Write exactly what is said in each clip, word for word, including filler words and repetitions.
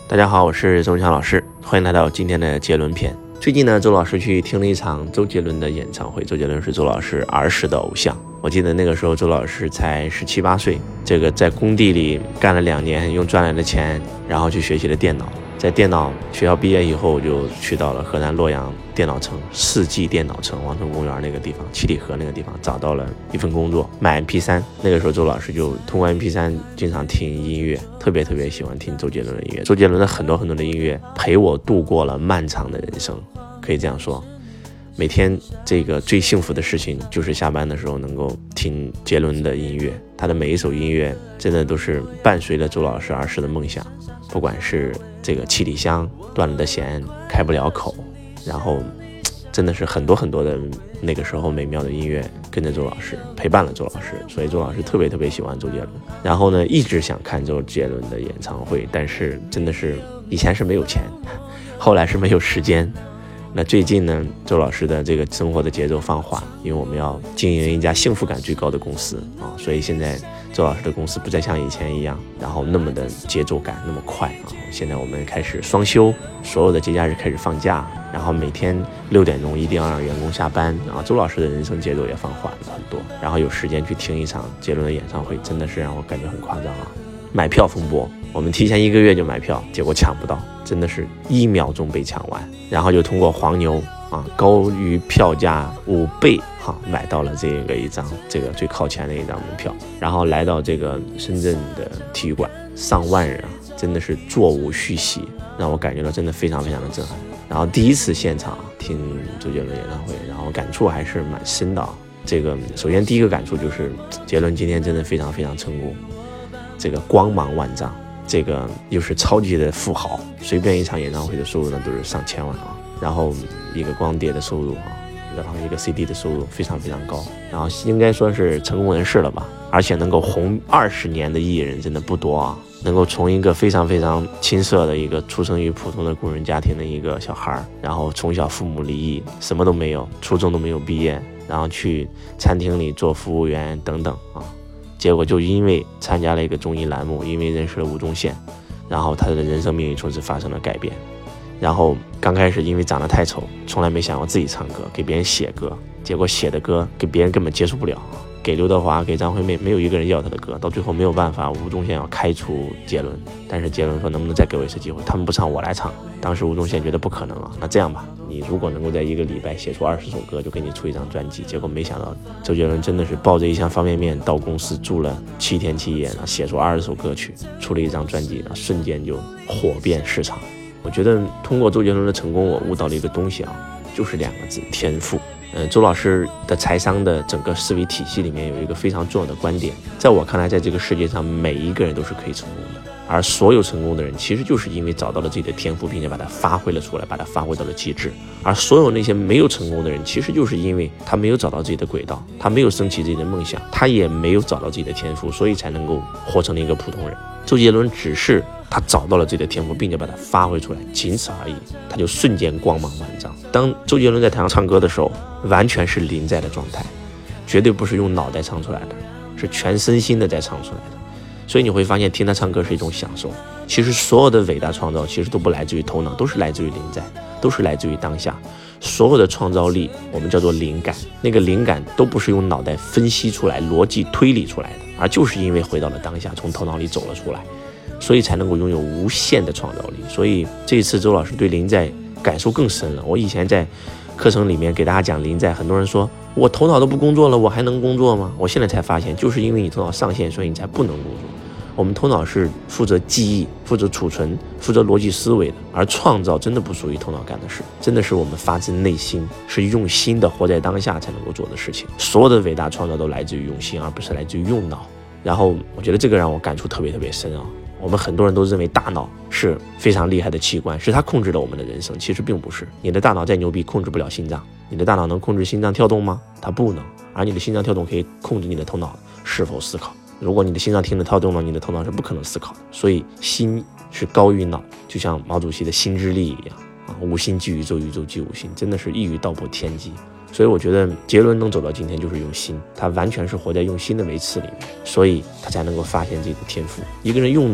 大家好，我是周文强老师，欢迎来到今天的杰伦篇。最近呢，周老师去听了一场周杰伦的演唱会。周杰伦是周老师儿时的偶像，我记得那个时候周老师才十七八岁，这个在工地里干了两年，用赚来的钱，然后去学习了电脑。在电脑学校毕业以后，就去到了河南洛阳电脑城世纪电脑城王城公园那个地方，七里河那个地方找到了一份工作，买 M P 三。那个时候周老师就通过 M P 三经常听音乐，特别特别喜欢听周杰伦的音乐。周杰伦的很多很多的音乐陪我度过了漫长的人生，可以这样说。每天这个最幸福的事情就是下班的时候能够听杰伦的音乐，他的每一首音乐真的都是伴随了周老师儿时的梦想，不管是这个七里香、断了的弦、开不了口，然后真的是很多很多的那个时候美妙的音乐跟着周老师，陪伴了周老师，所以周老师特别特别喜欢周杰伦。然后呢，一直想看周杰伦的演唱会，但是真的是以前是没有钱，后来是没有时间。那最近呢，周老师的这个生活的节奏放缓，因为我们要经营一家幸福感最高的公司啊，所以现在周老师的公司不再像以前一样，然后那么的节奏感那么快啊。现在我们开始双休，所有的节假日开始放假，然后每天六点钟一定要让员工下班啊。周老师的人生节奏也放缓了很多，然后有时间去听一场杰伦的演唱会，真的是让我感觉很夸张啊。买票风波，我们提前一个月就买票，结果抢不到，真的是一秒钟被抢完，然后就通过黄牛啊，高于票价五倍哈、啊，买到了这个一张这个最靠前的一张门票，然后来到这个深圳的体育馆，上万人啊，真的是座无虚席，让我感觉到真的非常非常的震撼。然后第一次现场听周杰伦演唱会，然后感触还是蛮深的啊。这个首先第一个感触就是杰伦今天真的非常非常成功。这个光芒万丈，这个又是超级的富豪，随便一场演唱会的收入呢都是上千万啊，然后一个光碟的收入啊，然后一个 C D 的收入非常非常高，然后应该说是成功人士了吧，而且能够红二十年的艺人真的不多啊，能够从一个非常非常青涩的一个出生于普通的工人家庭的一个小孩，然后从小父母离异，什么都没有，初中都没有毕业，然后去餐厅里做服务员等等啊。结果就因为参加了一个综艺栏目，因为认识了吴宗宪，然后他的人生命运从此发生了改变。然后刚开始因为长得太丑，从来没想过自己唱歌，给别人写歌，结果写的歌给别人根本接受不了，给刘德华给张惠妹没有一个人要他的歌，到最后没有办法，吴宗宪要开除杰伦，但是杰伦说能不能再给我一次机会，他们不唱我来唱。当时吴宗宪觉得不可能啊，那这样吧，你如果能够在一个礼拜写出二十首歌，就给你出一张专辑。结果没想到周杰伦真的是抱着一箱方便面到公司住了七天七夜，写出二十首歌曲，出了一张专辑，瞬间就火遍市场。我觉得通过周杰伦的成功，我悟到了一个东西啊，就是两个字：天赋。嗯，周老师的财商的整个思维体系里面有一个非常重要的观点，在我看来，在这个世界上每一个人都是可以成功的，而所有成功的人其实就是因为找到了自己的天赋，并且把它发挥了出来，把它发挥到了极致。而所有那些没有成功的人，其实就是因为他没有找到自己的轨道，他没有升起自己的梦想，他也没有找到自己的天赋，所以才能够活成了一个普通人。周杰伦只是他找到了自己的天赋，并且把它发挥出来，仅此而已，他就瞬间光芒万丈。当周杰伦在台上唱歌的时候，完全是临在的状态，绝对不是用脑袋唱出来的，是全身心的在唱出来的。所以你会发现听他唱歌是一种享受。其实所有的伟大创造其实都不来自于头脑，都是来自于临在，都是来自于当下。所有的创造力我们叫做灵感，那个灵感都不是用脑袋分析出来，逻辑推理出来的，而就是因为回到了当下，从头脑里走了出来，所以才能够拥有无限的创造力。所以这一次周老师对临在感受更深了。我以前在课程里面给大家讲临在，很多人说我头脑都不工作了，我还能工作吗？我现在才发现，就是因为你头脑上线，所以你才不能工作。我们头脑是负责记忆、负责储存、负责逻辑思维的，而创造真的不属于头脑干的事，真的是我们发自内心，是用心的活在当下才能够做的事情。所有的伟大创造都来自于用心，而不是来自于用脑。然后我觉得这个让我感触特别特别深啊。我们很多人都认为大脑是非常厉害的器官，是它控制了我们的人生，其实并不是。你的大脑再牛逼，控制不了心脏。你的大脑能控制心脏跳动吗？它不能。而你的心脏跳动可以控制你的头脑是否思考。如果你的心脏停止跳动了，你的头脑是不可能思考的。所以心是高于脑，就像毛主席的心之力一样啊，无心即宇宙，宇宙即无心，真的是一语道破天机。所以我觉得杰伦能走到今天就是用心，他完全是活在用心的维持里面，所以他才能够发现自己的天赋。一个人用脑他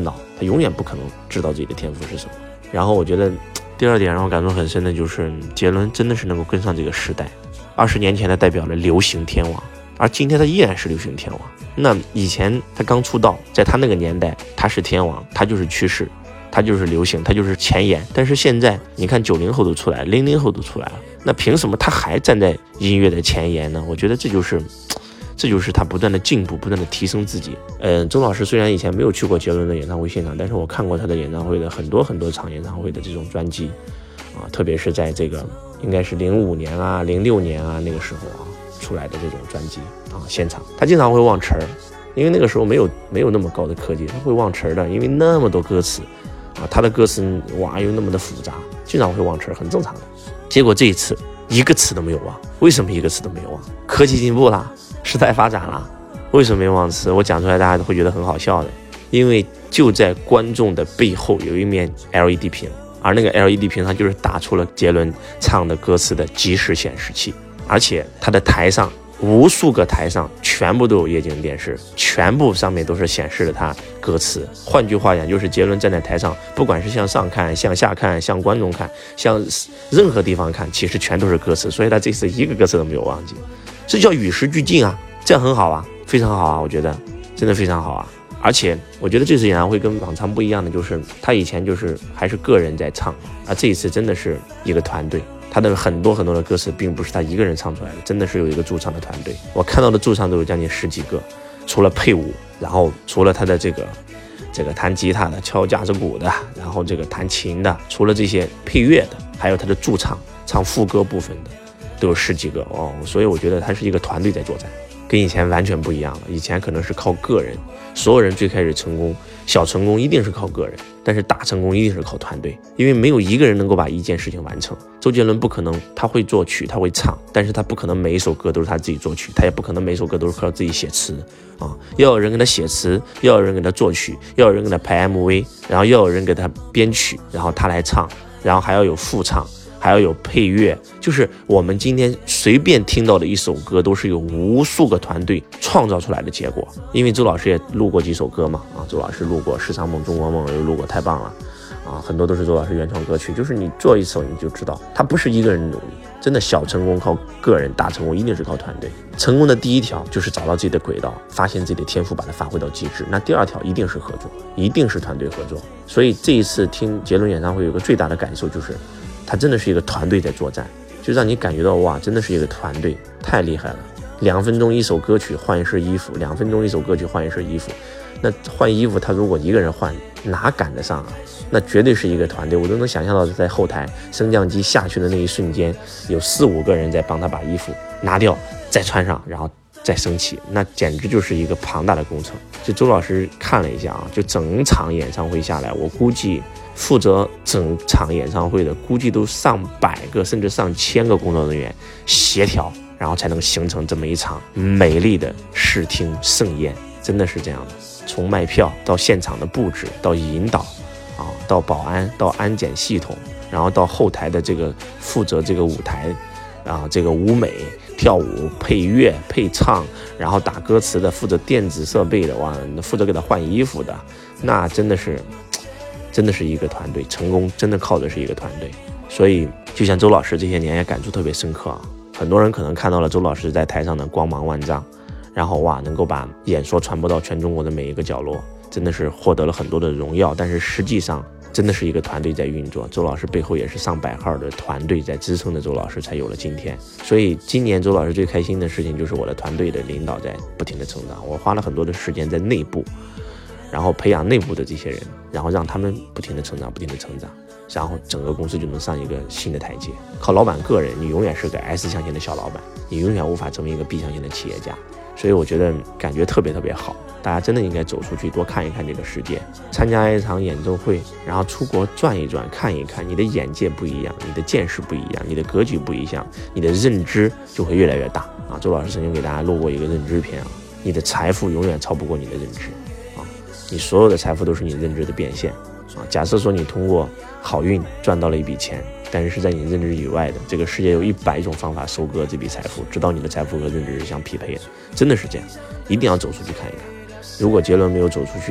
他永远不可能知道自己的天赋是什么。然后我觉得第二点让我感触很深的就是杰伦真的是能够跟上这个时代，二十年前他代表了流行天王，而今天他依然是流行天王。那以前他刚出道，在他那个年代他是天王，他就是趋势，他就是流行，他就是前沿。但是现在你看九零后都出来，零零后都出来了，那凭什么他还站在音乐的前沿呢？我觉得这就是这就是他不断的进步，不断的提升自己。呃，周老师虽然以前没有去过杰伦的演唱会现场，但是我看过他的演唱会的很多很多场演唱会的这种专辑啊，特别是在这个应该是零五年啊、零六年啊那个时候啊出来的这种专辑啊，现场他经常会忘词儿，因为那个时候没有没有那么高的科技，他会忘词儿的，因为那么多歌词啊，他的歌词哇又那么的复杂，经常会忘词儿，很正常的。结果这一次一个词都没有忘，为什么一个词都没有忘？科技进步了，时代发展了，为什么没忘词？我讲出来大家都会觉得很好笑的，因为就在观众的背后有一面 L E D 屏，而那个 L E D 屏它就是打出了杰伦唱的歌词的即时显示器，而且他的台上无数个台上全部都有液晶电视，全部上面都是显示了他歌词。换句话讲，就是杰伦站在台上，不管是向上看、向下看、向观众看、向任何地方看，其实全都是歌词，所以他这次一个歌词都没有忘记，这叫与时俱进啊，这样很好啊，非常好啊，我觉得真的非常好啊。而且我觉得这次演唱会跟往常不一样的就是他以前就是还是个人在唱，而这一次真的是一个团队，他的很多很多的歌词并不是他一个人唱出来的，真的是有一个驻唱的团队。我看到的驻唱都有将近十几个，除了配舞，然后除了他的这个这个弹吉他的、敲架子鼓的，然后这个弹琴的，除了这些配乐的，还有他的驻唱唱副歌部分的，都有十几个哦。所以我觉得他是一个团队在作战，跟以前完全不一样了。以前可能是靠个人，所有人最开始成功，小成功一定是靠个人，但是大成功一定是靠团队，因为没有一个人能够把一件事情完成。周杰伦不可能，他会作曲，他会唱，但是他不可能每一首歌都是他自己作曲，他也不可能每一首歌都是靠自己写词啊，要有人给他写词，要有人给他作曲，要有人给他拍 M V， 然后要有人给他编曲，然后他来唱，然后还要有副唱，还要有配乐，就是我们今天随便听到的一首歌都是有无数个团队创造出来的结果。因为周老师也录过几首歌嘛，啊，周老师录过《世上梦》《中国梦》，又录过《太棒了》，啊，很多都是周老师原创歌曲。就是你做一首你就知道，他不是一个人努力，真的小成功靠个人，大成功一定是靠团队。成功的第一条就是找到自己的轨道，发现自己的天赋，把它发挥到极致。那第二条一定是合作，一定是团队合作。所以这一次听杰伦演唱会有个最大的感受就是，他真的是一个团队在作战，就让你感觉到哇，真的是一个团队，太厉害了。两分钟一首歌曲换一身衣服，两分钟一首歌曲换一身衣服，那换衣服他如果一个人换哪赶得上啊？那绝对是一个团队，我都能想象到在后台升降机下去的那一瞬间，有四五个人在帮他把衣服拿掉，再穿上，然后再升起，那简直就是一个庞大的工程。就周老师看了一下啊，就整场演唱会下来，我估计负责整场演唱会的估计都上百个甚至上千个工作人员协调，然后才能形成这么一场美丽的视听盛宴，真的是这样的。从卖票到现场的布置，到引导啊，到保安，到安检系统，然后到后台的这个负责这个舞台啊，这个舞美、跳舞、配乐、配唱，然后打歌词的，负责电子设备的，哇，负责给他换衣服的，那真的是。真的是一个团队，成功真的靠的是一个团队。所以就像周老师这些年也感触特别深刻啊，很多人可能看到了周老师在台上的光芒万丈，然后哇，能够把演说传播到全中国的每一个角落，真的是获得了很多的荣耀。但是实际上真的是一个团队在运作，周老师背后也是上百号的团队在支撑着周老师才有了今天。所以今年周老师最开心的事情就是我的团队的领导在不停的成长，我花了很多的时间在内部，然后培养内部的这些人，然后让他们不停的成长，不停的成长，然后整个公司就能上一个新的台阶。靠老板个人，你永远是个 S 象限的小老板，你永远无法成为一个 B 象限的企业家。所以我觉得感觉特别特别好，大家真的应该走出去，多看一看这个世界，参加一场演奏会，然后出国转一转，看一看，你的眼界不一样，你的见识不一样，你的格局不一样，你的认知就会越来越大啊！周老师曾经给大家录过一个认知篇啊，你的财富永远超不过你的认知。你所有的财富都是你认知的变现啊！假设说你通过好运赚到了一笔钱，但是是在你认知以外的，这个世界有一百种方法收割这笔财富，直到你的财富和认知是相匹配的，真的是这样，一定要走出去看一看。如果杰伦没有走出去，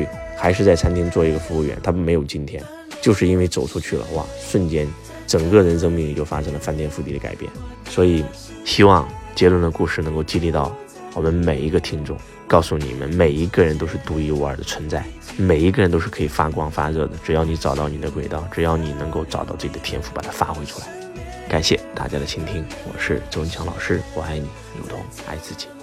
还是在餐厅做一个服务员，他没有今天，就是因为走出去了，哇，瞬间整个人生命运就发生了翻天覆地的改变。所以希望杰伦的故事能够激励到我们每一个听众，告诉你们每一个人都是独一无二的存在，每一个人都是可以发光发热的，只要你找到你的轨道，只要你能够找到自己的天赋，把它发挥出来。感谢大家的倾听，我是周文强老师，我爱你如同爱自己。